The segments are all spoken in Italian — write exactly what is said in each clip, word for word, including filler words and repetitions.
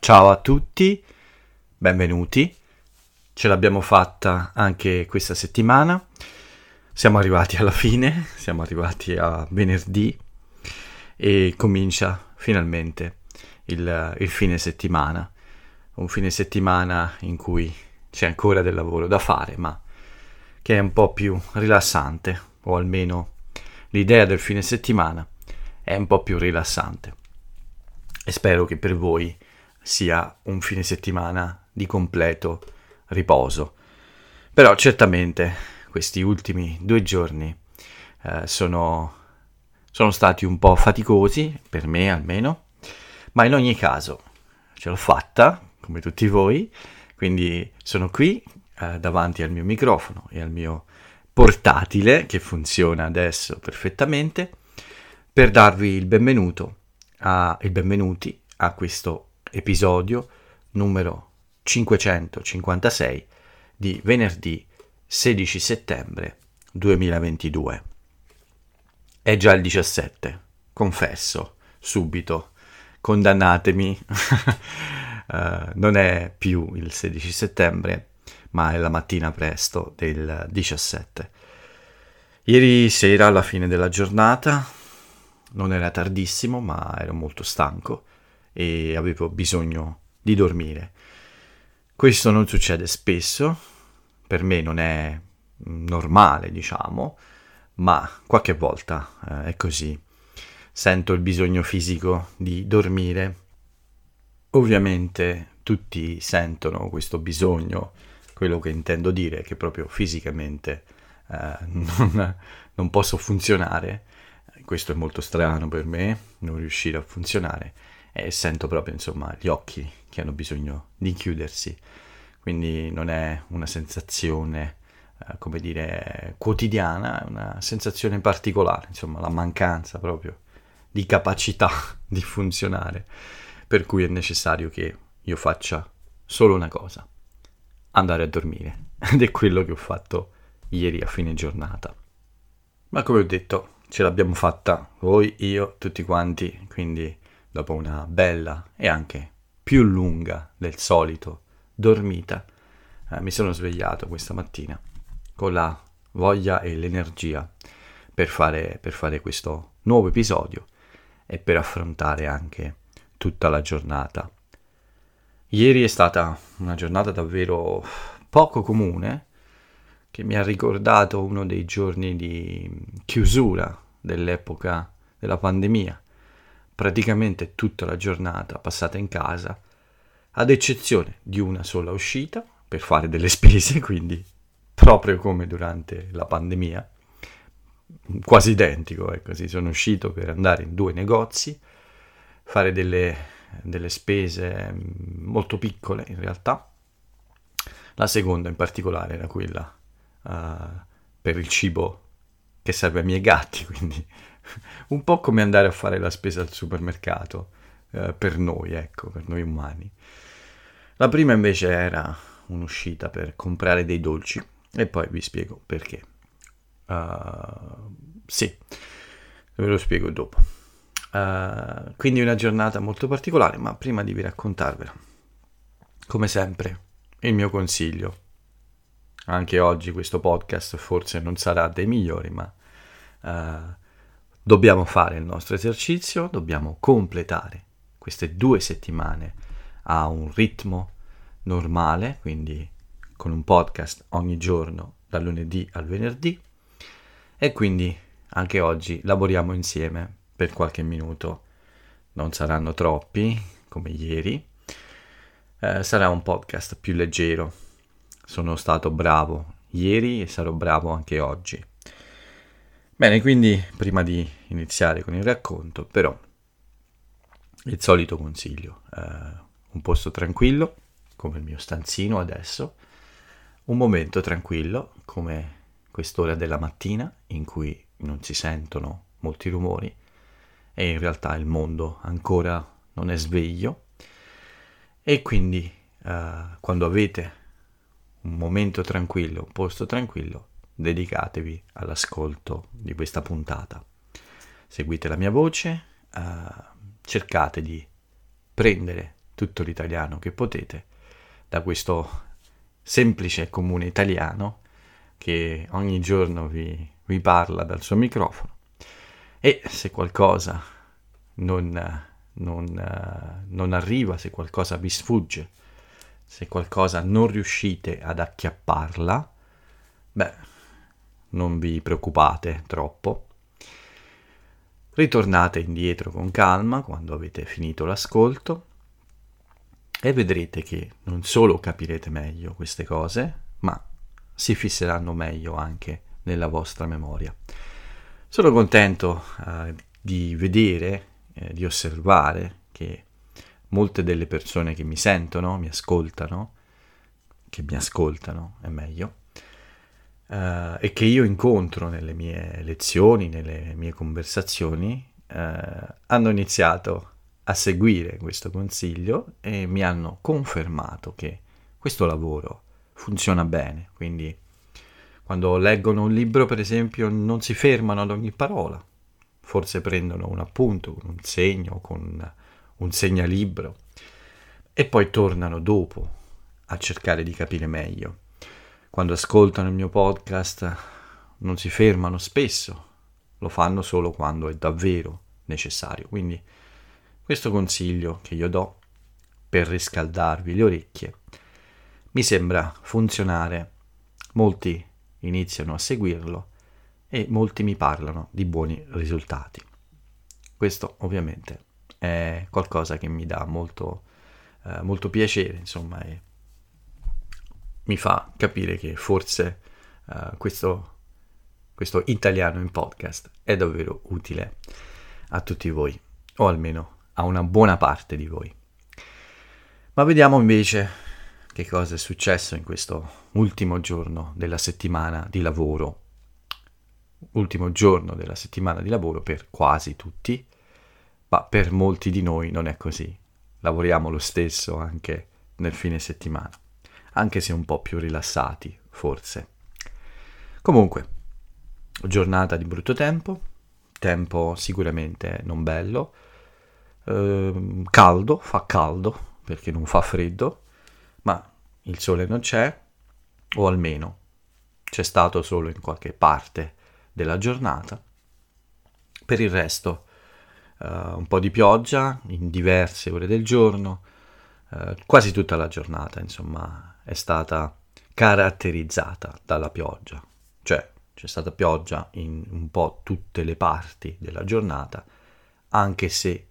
Ciao a tutti, benvenuti. Ce l'abbiamo fatta anche questa settimana. Siamo arrivati alla fine, siamo arrivati a venerdì e comincia finalmente il, il fine settimana. Un fine settimana in cui c'è ancora del lavoro da fare, ma che è un po' più rilassante, o almeno l'idea del fine settimana è un po' più rilassante. E spero che per voi sia un fine settimana di completo riposo. Però certamente questi ultimi due giorni eh, sono, sono stati un po' faticosi, per me almeno, ma in ogni caso ce l'ho fatta, come tutti voi, quindi sono qui eh, davanti al mio microfono e al mio portatile, che funziona adesso perfettamente, per darvi il benvenuto, a, il benvenuti a questo episodio numero cinquecentocinquantasei di venerdì sedici settembre duemilaventidue. È già il diciassette, confesso, subito, condannatemi, uh, non è più il sedici settembre, ma è la mattina presto del diciassette. Ieri sera, alla fine della giornata, non era tardissimo, ma ero molto stanco e avevo bisogno di dormire. Questo non succede spesso, per me non è normale, diciamo, ma qualche volta eh, è così. Sento il bisogno fisico di dormire. Ovviamente tutti sentono questo bisogno, quello che intendo dire è che proprio fisicamente eh, non, non posso funzionare. Questo è molto strano per me, non riuscire a funzionare. E sento proprio, insomma, gli occhi che hanno bisogno di chiudersi, quindi non è una sensazione, eh, come dire, quotidiana, è una sensazione particolare, insomma, la mancanza proprio di capacità di funzionare, per cui è necessario che io faccia solo una cosa, andare a dormire, ed è quello che ho fatto ieri a fine giornata. Ma come ho detto, ce l'abbiamo fatta voi, io, tutti quanti, quindi dopo una bella e anche più lunga del solito dormita, eh, mi sono svegliato questa mattina con la voglia e l'energia per fare, per fare questo nuovo episodio e per affrontare anche tutta la giornata. Ieri è stata una giornata davvero poco comune, che mi ha ricordato uno dei giorni di chiusura dell'epoca della pandemia. Praticamente tutta la giornata passata in casa, ad eccezione di una sola uscita per fare delle spese, quindi proprio come durante la pandemia, quasi identico, ecco, sì, sono uscito per andare in due negozi, fare delle, delle spese molto piccole in realtà. La seconda in particolare era quella uh, per il cibo che serve ai miei gatti, quindi un po' come andare a fare la spesa al supermercato eh, per noi, ecco, per noi umani. La prima invece era un'uscita per comprare dei dolci e poi vi spiego perché. Uh, sì, ve lo spiego dopo. Uh, quindi una giornata molto particolare, ma prima di vi raccontarvela, come sempre, il mio consiglio. Anche oggi questo podcast forse non sarà dei migliori, ma uh, dobbiamo fare il nostro esercizio, dobbiamo completare queste due settimane a un ritmo normale, quindi con un podcast ogni giorno dal lunedì al venerdì, e quindi anche oggi lavoriamo insieme per qualche minuto. Non saranno troppi come ieri, eh, sarà un podcast più leggero. Sono stato bravo ieri e sarò bravo anche oggi. Bene, quindi prima di iniziare con il racconto, però, il solito consiglio, eh, un posto tranquillo, come il mio stanzino adesso, un momento tranquillo, come quest'ora della mattina, in cui non si sentono molti rumori, e in realtà il mondo ancora non è sveglio, e quindi eh, quando avete un momento tranquillo, un posto tranquillo, dedicatevi all'ascolto di questa puntata. Seguite la mia voce, uh, cercate di prendere tutto l'italiano che potete da questo semplice e comune italiano che ogni giorno vi, vi parla dal suo microfono. E se qualcosa non, non, non arriva, se qualcosa vi sfugge, se qualcosa non riuscite ad acchiapparla, beh, non vi preoccupate troppo. Ritornate indietro con calma quando avete finito l'ascolto e vedrete che non solo capirete meglio queste cose, ma si fisseranno meglio anche nella vostra memoria. Sono contento eh, di vedere, eh, di osservare che molte delle persone che mi sentono, mi ascoltano, che mi ascoltano è meglio, eh, e che io incontro nelle mie lezioni, nelle mie conversazioni, eh, hanno iniziato a seguire questo consiglio e mi hanno confermato che questo lavoro funziona bene. Quindi quando leggono un libro, per esempio, non si fermano ad ogni parola, forse prendono un appunto con un segno, con un segnalibro e poi tornano dopo a cercare di capire meglio. Quando ascoltano il mio podcast non si fermano spesso, lo fanno solo quando è davvero necessario. Quindi questo consiglio che io do per riscaldarvi le orecchie mi sembra funzionare. Molti iniziano a seguirlo e molti mi parlano di buoni risultati. Questo ovviamente è qualcosa che mi dà molto, eh, molto piacere, insomma, e mi fa capire che forse uh, questo, questo italiano in podcast è davvero utile a tutti voi, o almeno a una buona parte di voi. Ma vediamo invece che cosa è successo in questo ultimo giorno della settimana di lavoro. Ultimo giorno della settimana di lavoro per quasi tutti, ma per molti di noi non è così. Lavoriamo lo stesso anche nel fine settimana, anche se un po' più rilassati, forse. Comunque, giornata di brutto tempo, tempo sicuramente non bello, ehm, caldo, fa caldo, perché non fa freddo, ma il sole non c'è, o almeno c'è stato solo in qualche parte della giornata. Per il resto, eh, un po' di pioggia in diverse ore del giorno, eh, quasi tutta la giornata, insomma, è stata caratterizzata dalla pioggia, cioè c'è stata pioggia in un po' tutte le parti della giornata, anche se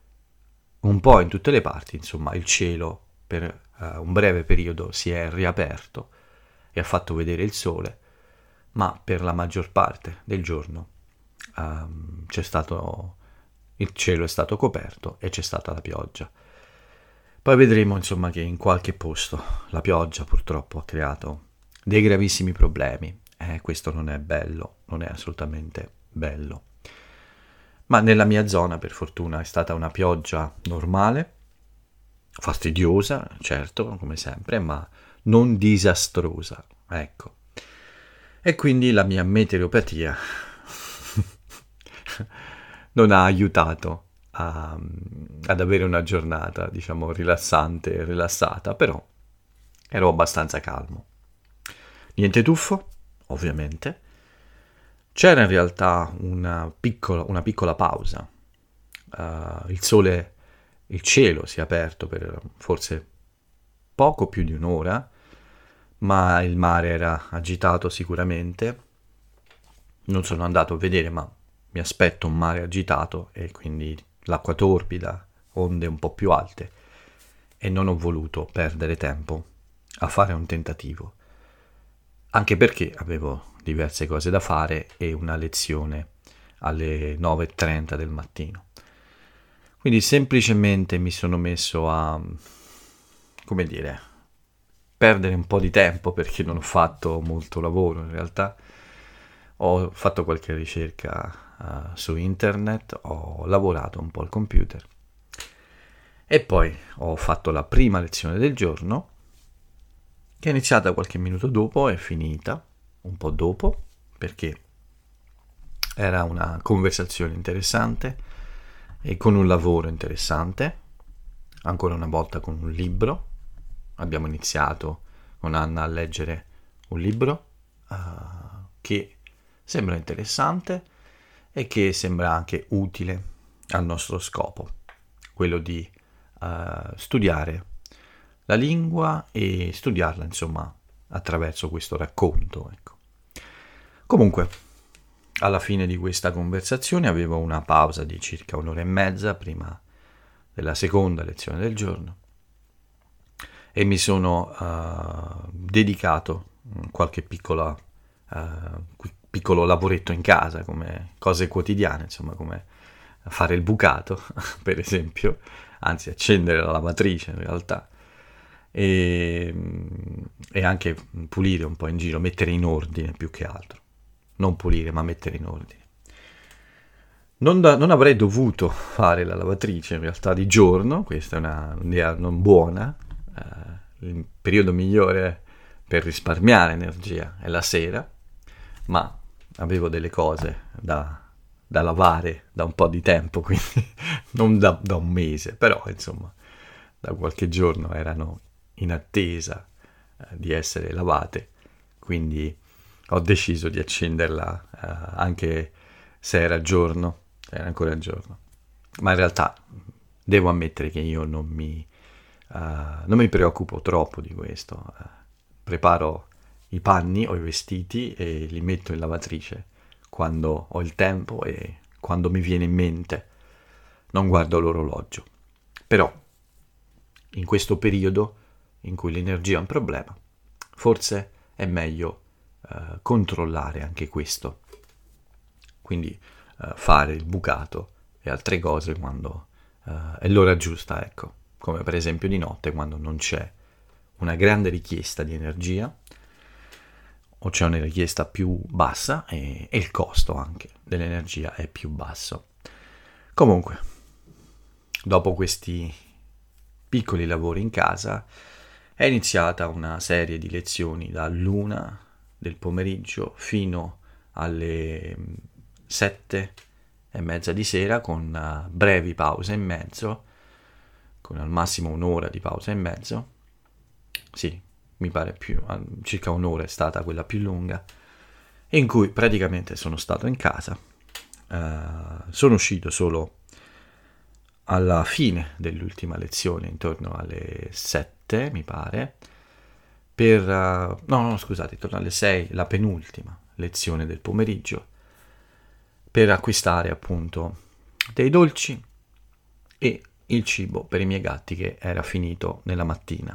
un po' in tutte le parti, insomma, il cielo per uh, un breve periodo si è riaperto e ha fatto vedere il sole, ma per la maggior parte del giorno um, c'è stato, il cielo è stato coperto e c'è stata la pioggia. Poi vedremo, insomma, che in qualche posto la pioggia purtroppo ha creato dei gravissimi problemi. Eh, questo non è bello, non è assolutamente bello. Ma nella mia zona, per fortuna, è stata una pioggia normale, fastidiosa, certo, come sempre, ma non disastrosa, ecco. E quindi la mia meteoropatia non ha aiutato A, ad avere una giornata, diciamo, rilassante e rilassata, però ero abbastanza calmo. Niente tuffo, ovviamente. C'era in realtà una piccola, una piccola pausa. Uh, il sole, il cielo si è aperto per forse poco più di un'ora, ma il mare era agitato sicuramente. Non sono andato a vedere, ma mi aspetto un mare agitato e quindi l'acqua torbida, onde un po' più alte, e non ho voluto perdere tempo a fare un tentativo, anche perché avevo diverse cose da fare e una lezione alle nove e trenta del mattino. Quindi semplicemente mi sono messo a, come dire, perdere un po' di tempo, perché non ho fatto molto lavoro in realtà. Ho fatto qualche ricerca Uh, su internet, ho lavorato un po' al computer e poi ho fatto la prima lezione del giorno, che è iniziata qualche minuto dopo e finita un po' dopo, perché era una conversazione interessante e con un lavoro interessante. ancora una volta con un libro. Abbiamo iniziato con Anna a leggere un libro uh, che sembra interessante e che sembra anche utile al nostro scopo, quello di uh, studiare la lingua e studiarla, insomma, attraverso questo racconto. Ecco. Comunque, alla fine di questa conversazione avevo una pausa di circa un'ora e mezza prima della seconda lezione del giorno e mi sono uh, dedicato a qualche piccola, uh, piccolo lavoretto in casa, come cose quotidiane, insomma, come fare il bucato, per esempio, anzi accendere la lavatrice in realtà, e, e anche pulire un po' in giro, mettere in ordine più che altro. Non pulire, ma mettere in ordine. Non, da, non avrei dovuto fare la lavatrice in realtà di giorno, questa è una, un'idea non buona. Uh, il periodo migliore per risparmiare energia è la sera, ma avevo delle cose da, da lavare da un po' di tempo, quindi non da, da un mese, però insomma da qualche giorno erano in attesa uh, di essere lavate, quindi ho deciso di accenderla uh, anche se era giorno, era ancora giorno. Ma in realtà devo ammettere che io non mi, uh, non mi preoccupo troppo di questo. Uh, preparo i panni o i vestiti e li metto in lavatrice quando ho il tempo e quando mi viene in mente. Non guardo l'orologio. Però in questo periodo in cui l'energia è un problema, forse è meglio Uh, controllare anche questo, quindi uh, fare il bucato e altre cose quando uh, è l'ora giusta, ecco, come per esempio di notte quando non c'è una grande richiesta di energia o c'è una richiesta più bassa e, e il costo anche dell'energia è più basso. Comunque, dopo questi piccoli lavori in casa è iniziata una serie di lezioni dall'una del pomeriggio fino alle sette e mezza di sera, con uh, brevi pause in mezzo, con al massimo un'ora di pausa in mezzo. Sì, mi pare più, uh, circa un'ora è stata quella più lunga, in cui praticamente sono stato in casa. Uh, sono uscito solo alla fine dell'ultima lezione, intorno alle sette, mi pare, per, uh, no, no, scusate, torno alle sei, la penultima lezione del pomeriggio, per acquistare appunto dei dolci e il cibo per i miei gatti che era finito nella mattina.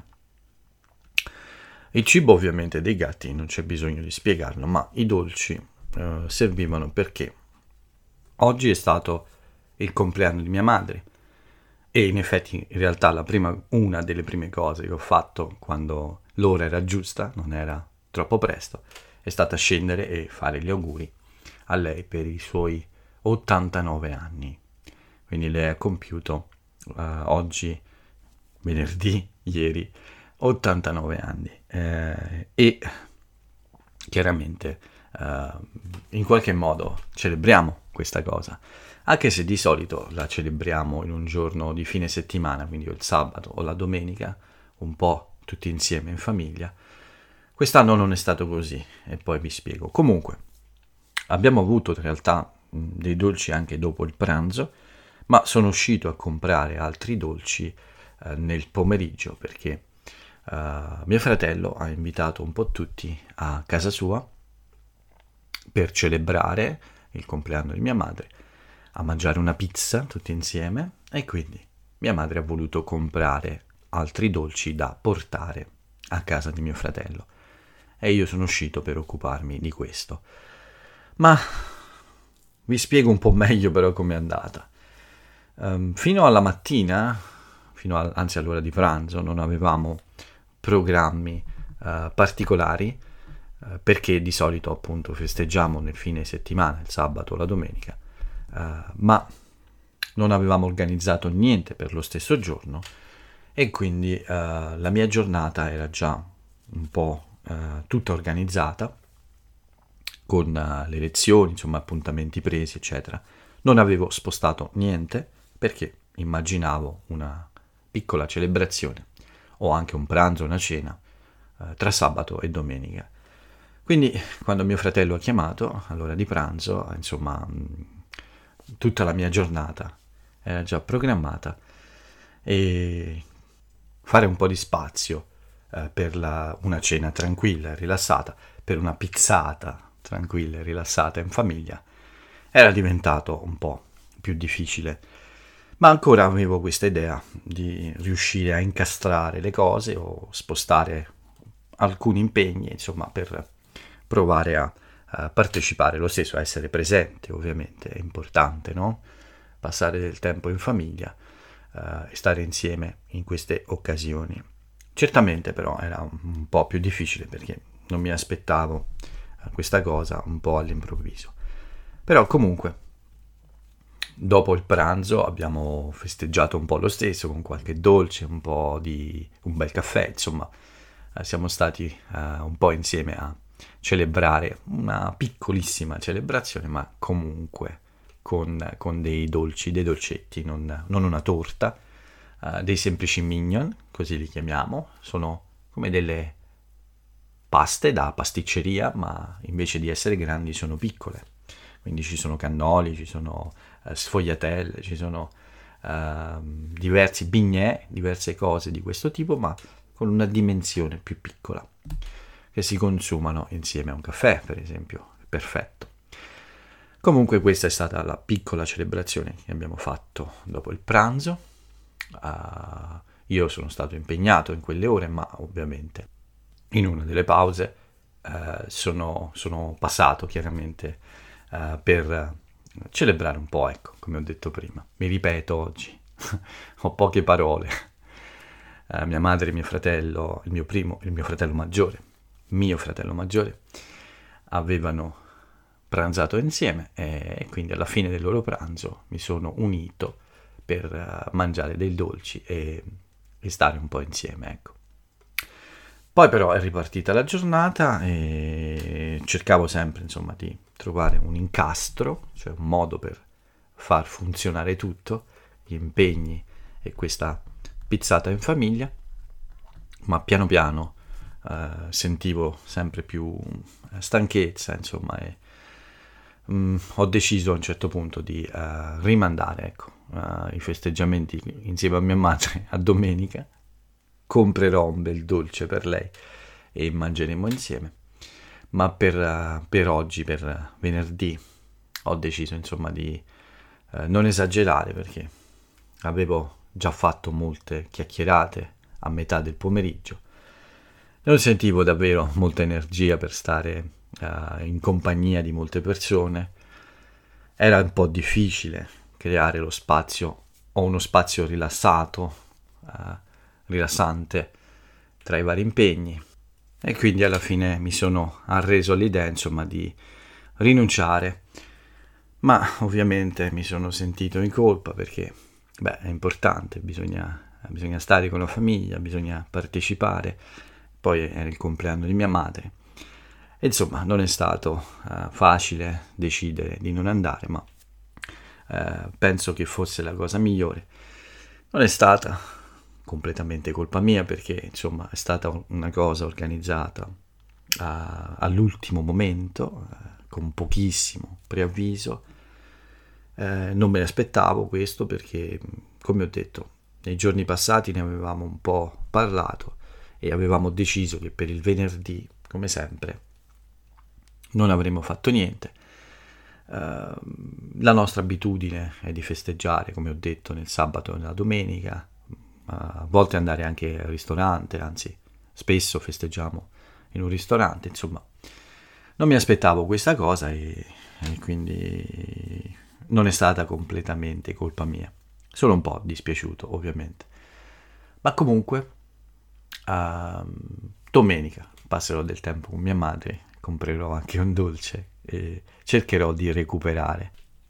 Il cibo ovviamente dei gatti non c'è bisogno di spiegarlo, ma i dolci uh, servivano perché oggi è stato il compleanno di mia madre e in effetti in realtà la prima, una delle prime cose che ho fatto quando l'ora era giusta, non era troppo presto, è stata scendere e fare gli auguri a lei per i suoi ottantanove anni. Quindi lei ha compiuto uh, oggi, venerdì, ieri, ottantanove anni. Eh, e chiaramente uh, in qualche modo celebriamo questa cosa, anche se di solito la celebriamo in un giorno di fine settimana, quindi o il sabato o la domenica, un po' tutti insieme in famiglia. Quest'anno non è stato così e poi vi spiego. Comunque abbiamo avuto in realtà mh, dei dolci anche dopo il pranzo, ma sono uscito a comprare altri dolci eh, nel pomeriggio perché eh, mio fratello ha invitato un po' tutti a casa sua per celebrare il compleanno di mia madre, a mangiare una pizza tutti insieme, e quindi mia madre ha voluto comprare altri dolci da portare a casa di mio fratello e io sono uscito per occuparmi di questo. Ma vi spiego un po' meglio però com'è andata. Um, fino alla mattina, fino a, anzi all'ora di pranzo, non avevamo programmi uh, particolari uh, perché di solito appunto festeggiamo nel fine settimana, il sabato o la domenica, uh, ma non avevamo organizzato niente per lo stesso giorno e quindi uh, la mia giornata era già un po' uh, tutta organizzata con uh, le lezioni, insomma appuntamenti presi eccetera. Non avevo spostato niente perché immaginavo una piccola celebrazione o anche un pranzo, una cena eh, tra sabato e domenica. Quindi quando mio fratello ha chiamato all'ora di pranzo, insomma, mh, tutta la mia giornata era già programmata e fare un po' di spazio eh, per la, una cena tranquilla e rilassata, per una pizzata tranquilla e rilassata in famiglia, era diventato un po' più difficile. Ma ancora avevo questa idea di riuscire a incastrare le cose o spostare alcuni impegni, insomma, per provare a, a partecipare lo stesso, a essere presente, ovviamente, è importante, no? Passare del tempo in famiglia uh, e stare insieme in queste occasioni. Certamente però era un, un po' più difficile perché non mi aspettavo uh, questa cosa un po' all'improvviso. Però comunque, dopo il pranzo abbiamo festeggiato un po' lo stesso, con qualche dolce, un po' di un bel caffè, insomma, uh, siamo stati uh, un po' insieme a celebrare una piccolissima celebrazione, ma comunque con, con dei dolci, dei dolcetti, non, non una torta, uh, dei semplici mignon, così li chiamiamo, sono come delle paste da pasticceria, ma invece di essere grandi sono piccole, quindi ci sono cannoli, ci sono uh, sfogliatelle, ci sono uh, diversi bignè, diverse cose di questo tipo, ma con una dimensione più piccola, che si consumano insieme a un caffè, per esempio. Perfetto. Comunque questa è stata la piccola celebrazione che abbiamo fatto dopo il pranzo. Uh, io sono stato impegnato in quelle ore, ma ovviamente in una delle pause uh, sono, sono passato chiaramente uh, per celebrare un po', ecco, come ho detto prima. Mi ripeto oggi, ho poche parole. Uh, mia madre e mio fratello, il mio primo, il mio fratello maggiore, mio fratello maggiore, avevano pranzato insieme e quindi alla fine del loro pranzo mi sono unito per uh, mangiare dei dolci e, e stare un po' insieme, ecco. Poi però è ripartita la giornata e cercavo sempre, insomma, di trovare un incastro, cioè un modo per far funzionare tutto, gli impegni e questa pizzata in famiglia, ma piano piano Uh, sentivo sempre più stanchezza, insomma, e um, ho deciso a un certo punto di uh, rimandare, ecco, uh, i festeggiamenti insieme a mia madre a domenica. Comprerò un bel dolce per lei e mangeremo insieme, ma per, uh, per oggi, per venerdì, ho deciso, insomma, di uh, non esagerare perché avevo già fatto molte chiacchierate a metà del pomeriggio. Non sentivo davvero molta energia per stare uh, in compagnia di molte persone. Era un po' difficile creare lo spazio o uno spazio rilassato, uh, rilassante tra i vari impegni. E quindi alla fine mi sono arreso all'idea, insomma, di rinunciare. Ma ovviamente mi sono sentito in colpa perché, beh, è importante, bisogna, bisogna stare con la famiglia, bisogna partecipare. Poi era il compleanno di mia madre. E insomma, non è stato uh, facile decidere di non andare, ma uh, penso che fosse la cosa migliore. Non è stata completamente colpa mia perché, insomma, è stata una cosa organizzata uh, all'ultimo momento, uh, con pochissimo preavviso. Uh, non me ne aspettavo questo perché, come ho detto, nei giorni passati ne avevamo un po' parlato e avevamo deciso che per il venerdì, come sempre, non avremmo fatto niente. Uh, la nostra abitudine è di festeggiare, come ho detto, nel sabato e nella domenica, uh, a volte andare anche al ristorante, anzi spesso festeggiamo in un ristorante, insomma. Non mi aspettavo questa cosa e, e quindi non è stata completamente colpa mia, solo un po' dispiaciuto ovviamente. Ma comunque Uh, domenica passerò del tempo con mia madre, comprerò anche un dolce e cercherò di recuperare.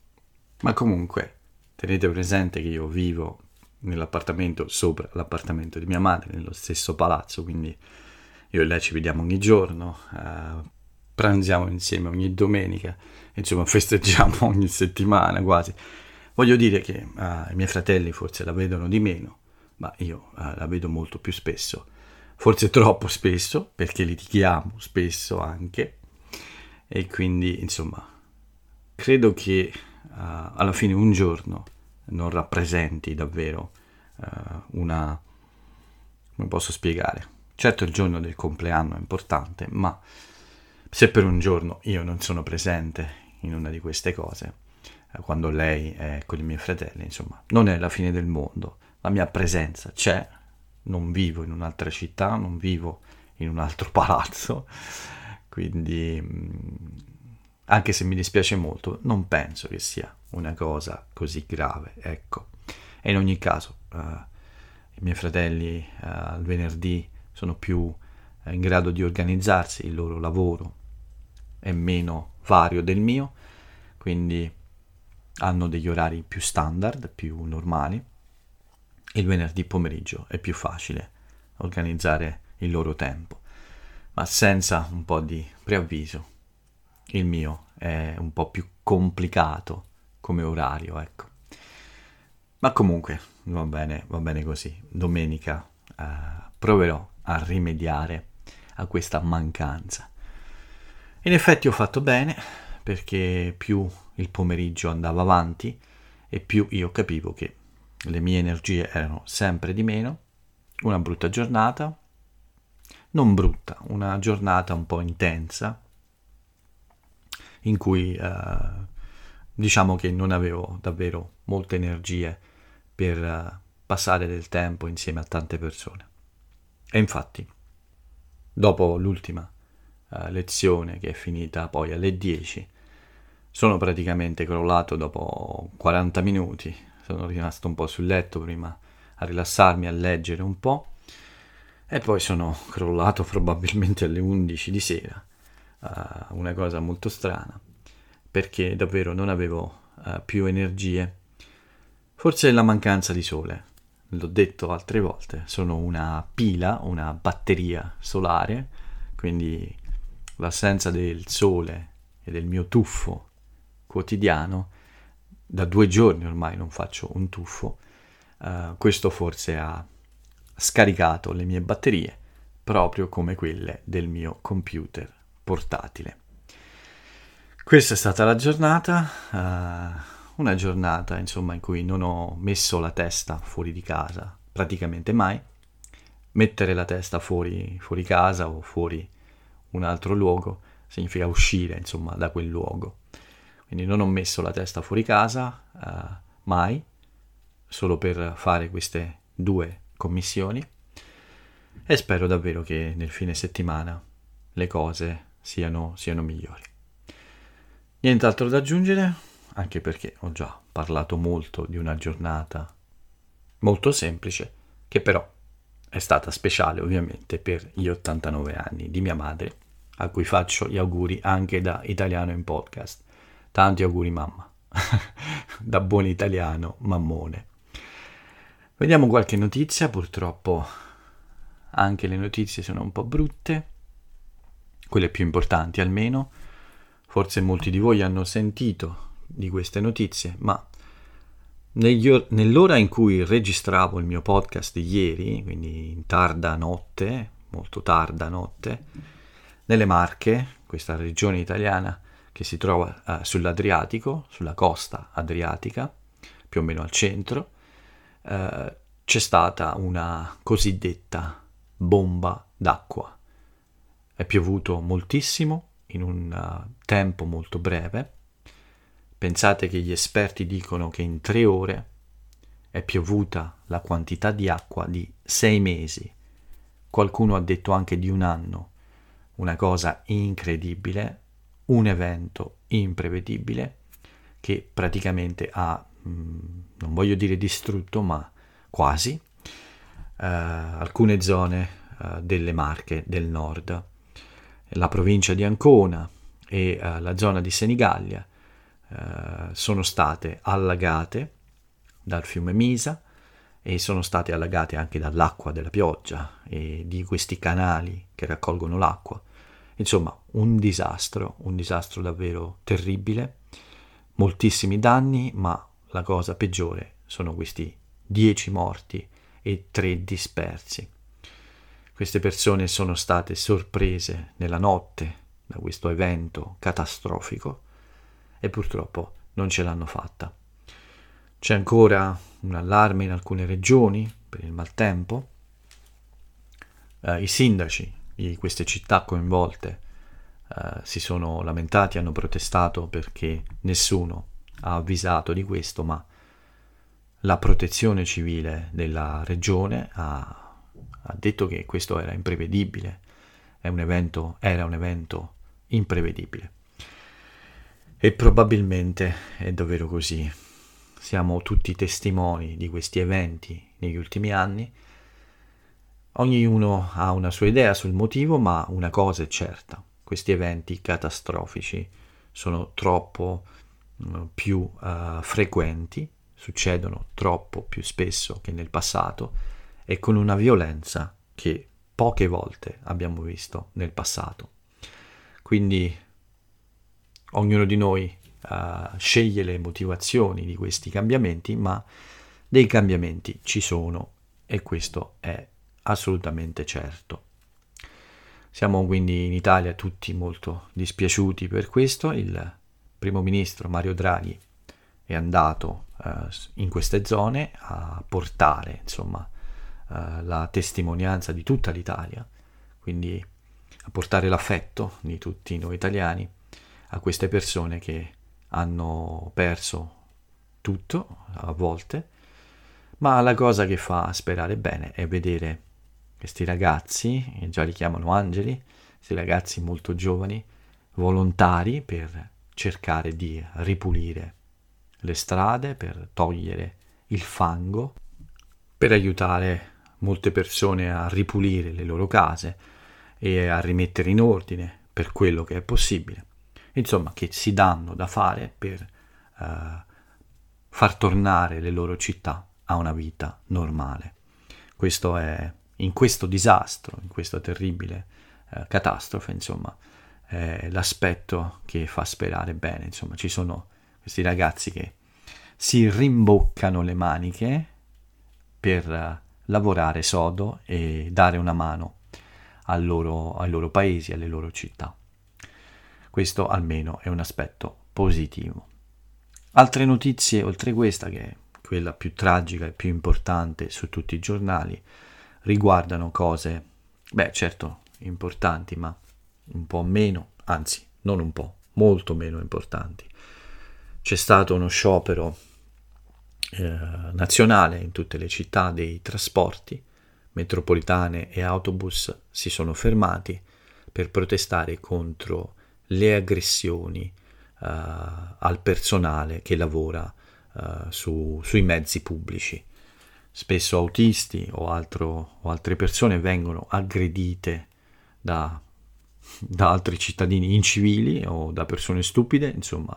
Ma comunque tenete presente che io vivo nell'appartamento sopra l'appartamento di mia madre, nello stesso palazzo, quindi io e lei ci vediamo ogni giorno, uh, pranziamo insieme ogni domenica, insomma festeggiamo ogni settimana quasi. Voglio dire che uh, i miei fratelli forse la vedono di meno, ma io eh, la vedo molto più spesso, forse troppo spesso, perché litighiamo spesso anche, e quindi insomma credo che uh, alla fine un giorno non rappresenti davvero uh, una... come posso spiegare? Certo il giorno del compleanno è importante, ma se per un giorno io non sono presente in una di queste cose, uh, quando lei è con i miei fratelli, insomma, non è la fine del mondo, la mia presenza c'è, non vivo in un'altra città, non vivo in un altro palazzo, quindi... Mh, anche se mi dispiace molto, non penso che sia una cosa così grave, ecco. E in ogni caso, uh, i miei fratelli uh, il venerdì sono più uh, in grado di organizzarsi, il loro lavoro è meno vario del mio, quindi hanno degli orari più standard, più normali. Il venerdì pomeriggio è più facile organizzare il loro tempo, ma senza un po' di preavviso. Il mio è un po' più complicato come orario, ecco. Ma comunque va bene, va bene così. Domenica eh, proverò a rimediare a questa mancanza. In effetti ho fatto bene, perché più il pomeriggio andava avanti e più io capivo che le mie energie erano sempre di meno. Una brutta giornata, non brutta, una giornata un po' intensa, in cui eh, diciamo che non avevo davvero molte energie per eh, passare del tempo insieme a tante persone. E infatti, dopo l'ultima eh, lezione, che è finita poi alle dieci, sono praticamente crollato dopo quaranta minuti, sono rimasto un po' sul letto prima a rilassarmi, a leggere un po', e poi sono crollato probabilmente alle undici di sera. Uh, una cosa molto strana, perché davvero non avevo uh, più energie. Forse la mancanza di sole, l'ho detto altre volte, sono una pila, una batteria solare, quindi l'assenza del sole e del mio tuffo quotidiano, da due giorni ormai non faccio un tuffo, uh, questo forse ha scaricato le mie batterie, proprio come quelle del mio computer portatile. Questa è stata la giornata, uh, una giornata insomma in cui non ho messo la testa fuori di casa praticamente mai. Mettere la testa fuori, fuori casa o fuori un altro luogo significa uscire insomma da quel luogo, quindi non ho messo la testa fuori casa uh, mai, solo per fare queste due commissioni, e spero davvero che nel fine settimana le cose Siano, siano migliori. Nient'altro da aggiungere, anche perché ho già parlato molto di una giornata molto semplice, che però è stata speciale ovviamente per gli ottantanove anni di mia madre, a cui faccio gli auguri anche da Italiano in Podcast. Tanti auguri mamma, da buon italiano mammone. Vediamo qualche notizia, purtroppo anche le notizie sono un po' brutte, quelle più importanti almeno. Forse molti di voi hanno sentito di queste notizie, ma negli or- nell'ora in cui registravo il mio podcast di ieri, quindi in tarda notte, molto tarda notte, nelle Marche, questa regione italiana che si trova eh, sull'Adriatico, sulla costa adriatica, più o meno al centro, eh, c'è stata una cosiddetta bomba d'acqua. È piovuto moltissimo in un uh, tempo molto breve. Pensate che gli esperti dicono che in tre ore è piovuta la quantità di acqua di sei mesi. Qualcuno ha detto anche di un anno. Una cosa incredibile, un evento imprevedibile che praticamente ha, mh, non voglio dire distrutto, ma quasi, uh, alcune zone uh, delle Marche del nord. La provincia di Ancona e uh, la zona di Senigallia uh, sono state allagate dal fiume Misa e sono state allagate anche dall'acqua della pioggia e di questi canali che raccolgono l'acqua. Insomma, un disastro, un disastro davvero terribile, moltissimi danni, ma la cosa peggiore sono questi dieci morti e tre dispersi. Queste persone sono state sorprese nella notte da questo evento catastrofico e purtroppo non ce l'hanno fatta. C'è ancora un allarme in alcune regioni per il maltempo. Eh, I sindaci di queste città coinvolte eh, si sono lamentati, hanno protestato perché nessuno ha avvisato di questo, ma la protezione civile della regione ha ha detto che questo era imprevedibile, è un evento, era un evento imprevedibile. E probabilmente è davvero così. Siamo tutti testimoni di questi eventi negli ultimi anni. Ognuno ha una sua idea sul motivo, ma una cosa è certa: questi eventi catastrofici sono troppo uh, più uh, frequenti, succedono troppo più spesso che nel passato, e con una violenza che poche volte abbiamo visto nel passato. Quindi ognuno di noi uh, sceglie le motivazioni di questi cambiamenti, ma dei cambiamenti ci sono e questo è assolutamente certo. Siamo quindi in Italia tutti molto dispiaciuti per questo. Il primo ministro Mario Draghi è andato uh, in queste zone a portare, insomma, Uh, la testimonianza di tutta l'Italia, quindi a portare l'affetto di tutti noi italiani a queste persone che hanno perso tutto a volte, ma la cosa che fa sperare bene è vedere questi ragazzi, che già li chiamano angeli, questi ragazzi molto giovani, volontari per cercare di ripulire le strade, per togliere il fango, per aiutare molte persone a ripulire le loro case e a rimettere in ordine per quello che è possibile. Insomma, che si danno da fare per uh, far tornare le loro città a una vita normale. Questo è, in questo disastro, in questa terribile uh, catastrofe, insomma, è l'aspetto che fa sperare bene. Insomma, ci sono questi ragazzi che si rimboccano le maniche per uh, lavorare sodo e dare una mano al loro, ai loro paesi, alle loro città. Questo almeno è un aspetto positivo. Altre notizie, oltre questa, che è quella più tragica e più importante su tutti i giornali, riguardano cose, beh certo, importanti, ma un po' meno, anzi, non un po', molto meno importanti. C'è stato uno sciopero Eh, nazionale in tutte le città dei trasporti, metropolitane e autobus si sono fermati per protestare contro le aggressioni eh, al personale che lavora eh, su, sui mezzi pubblici. Spesso autisti o, altro, o altre persone vengono aggredite da, da altri cittadini incivili o da persone stupide, insomma,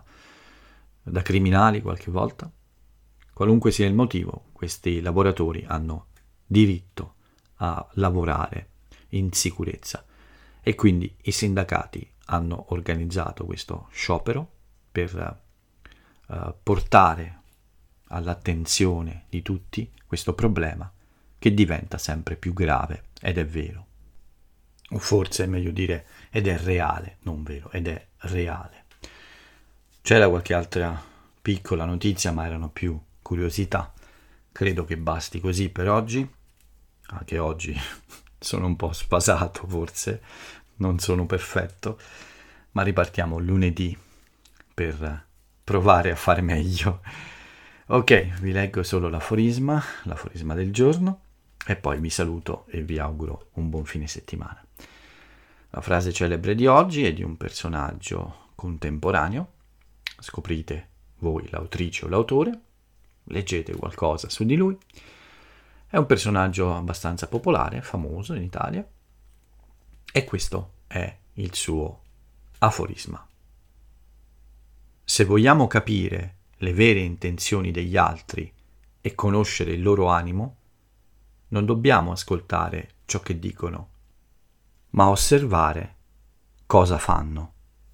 da criminali qualche volta. Qualunque sia il motivo, questi lavoratori hanno diritto a lavorare in sicurezza e quindi i sindacati hanno organizzato questo sciopero per uh, portare all'attenzione di tutti questo problema che diventa sempre più grave, ed è vero. O forse è meglio dire ed è reale, non vero, ed è reale. C'era qualche altra piccola notizia, ma erano più curiosità. Credo che basti così per oggi. Anche oggi sono un po' spasato, forse non sono perfetto, ma ripartiamo lunedì per provare a fare meglio. Ok, vi leggo solo l'aforisma, l'aforisma del giorno, e poi vi saluto e vi auguro un buon fine settimana. La frase celebre di oggi è di un personaggio contemporaneo. Scoprite voi l'autrice o l'autore, leggete qualcosa su di lui. È un personaggio abbastanza popolare, famoso in Italia, e questo è il suo aforisma. Se vogliamo capire le vere intenzioni degli altri e conoscere il loro animo, non dobbiamo ascoltare ciò che dicono, ma osservare cosa fanno.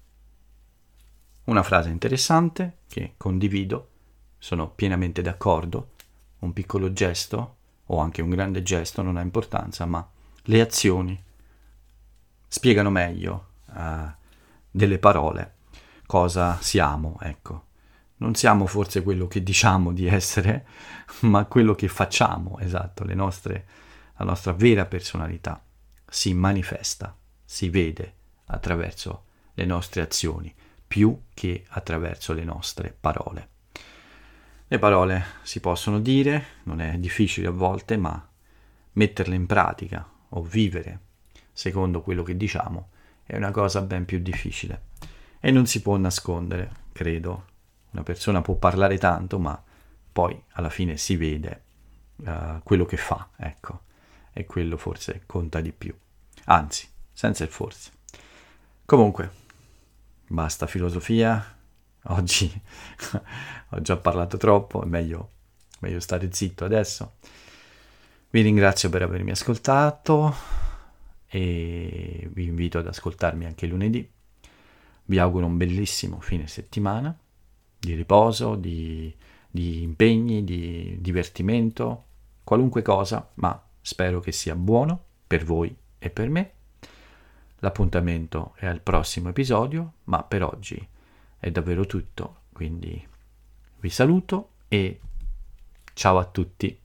Una frase interessante che condivido, sono pienamente d'accordo, un piccolo gesto o anche un grande gesto, non ha importanza, ma le azioni spiegano meglio uh, delle parole cosa siamo, ecco. Non siamo forse quello che diciamo di essere, ma quello che facciamo, esatto, le nostre, la nostra vera personalità si manifesta, si vede attraverso le nostre azioni, più che attraverso le nostre parole. Le parole si possono dire, non è difficile a volte, ma metterle in pratica o vivere secondo quello che diciamo è una cosa ben più difficile e non si può nascondere, credo. Una persona può parlare tanto, ma poi alla fine si vede uh, quello che fa, ecco, e quello forse conta di più. Anzi, senza il forse. Comunque, basta filosofia, oggi ho già parlato troppo, è meglio, meglio stare zitto adesso. Vi ringrazio per avermi ascoltato e vi invito ad ascoltarmi anche lunedì. Vi auguro un bellissimo fine settimana, di riposo, di, di impegni, di divertimento, qualunque cosa, ma spero che sia buono per voi e per me. L'appuntamento è al prossimo episodio, ma per oggi è davvero tutto, quindi vi saluto e ciao a tutti.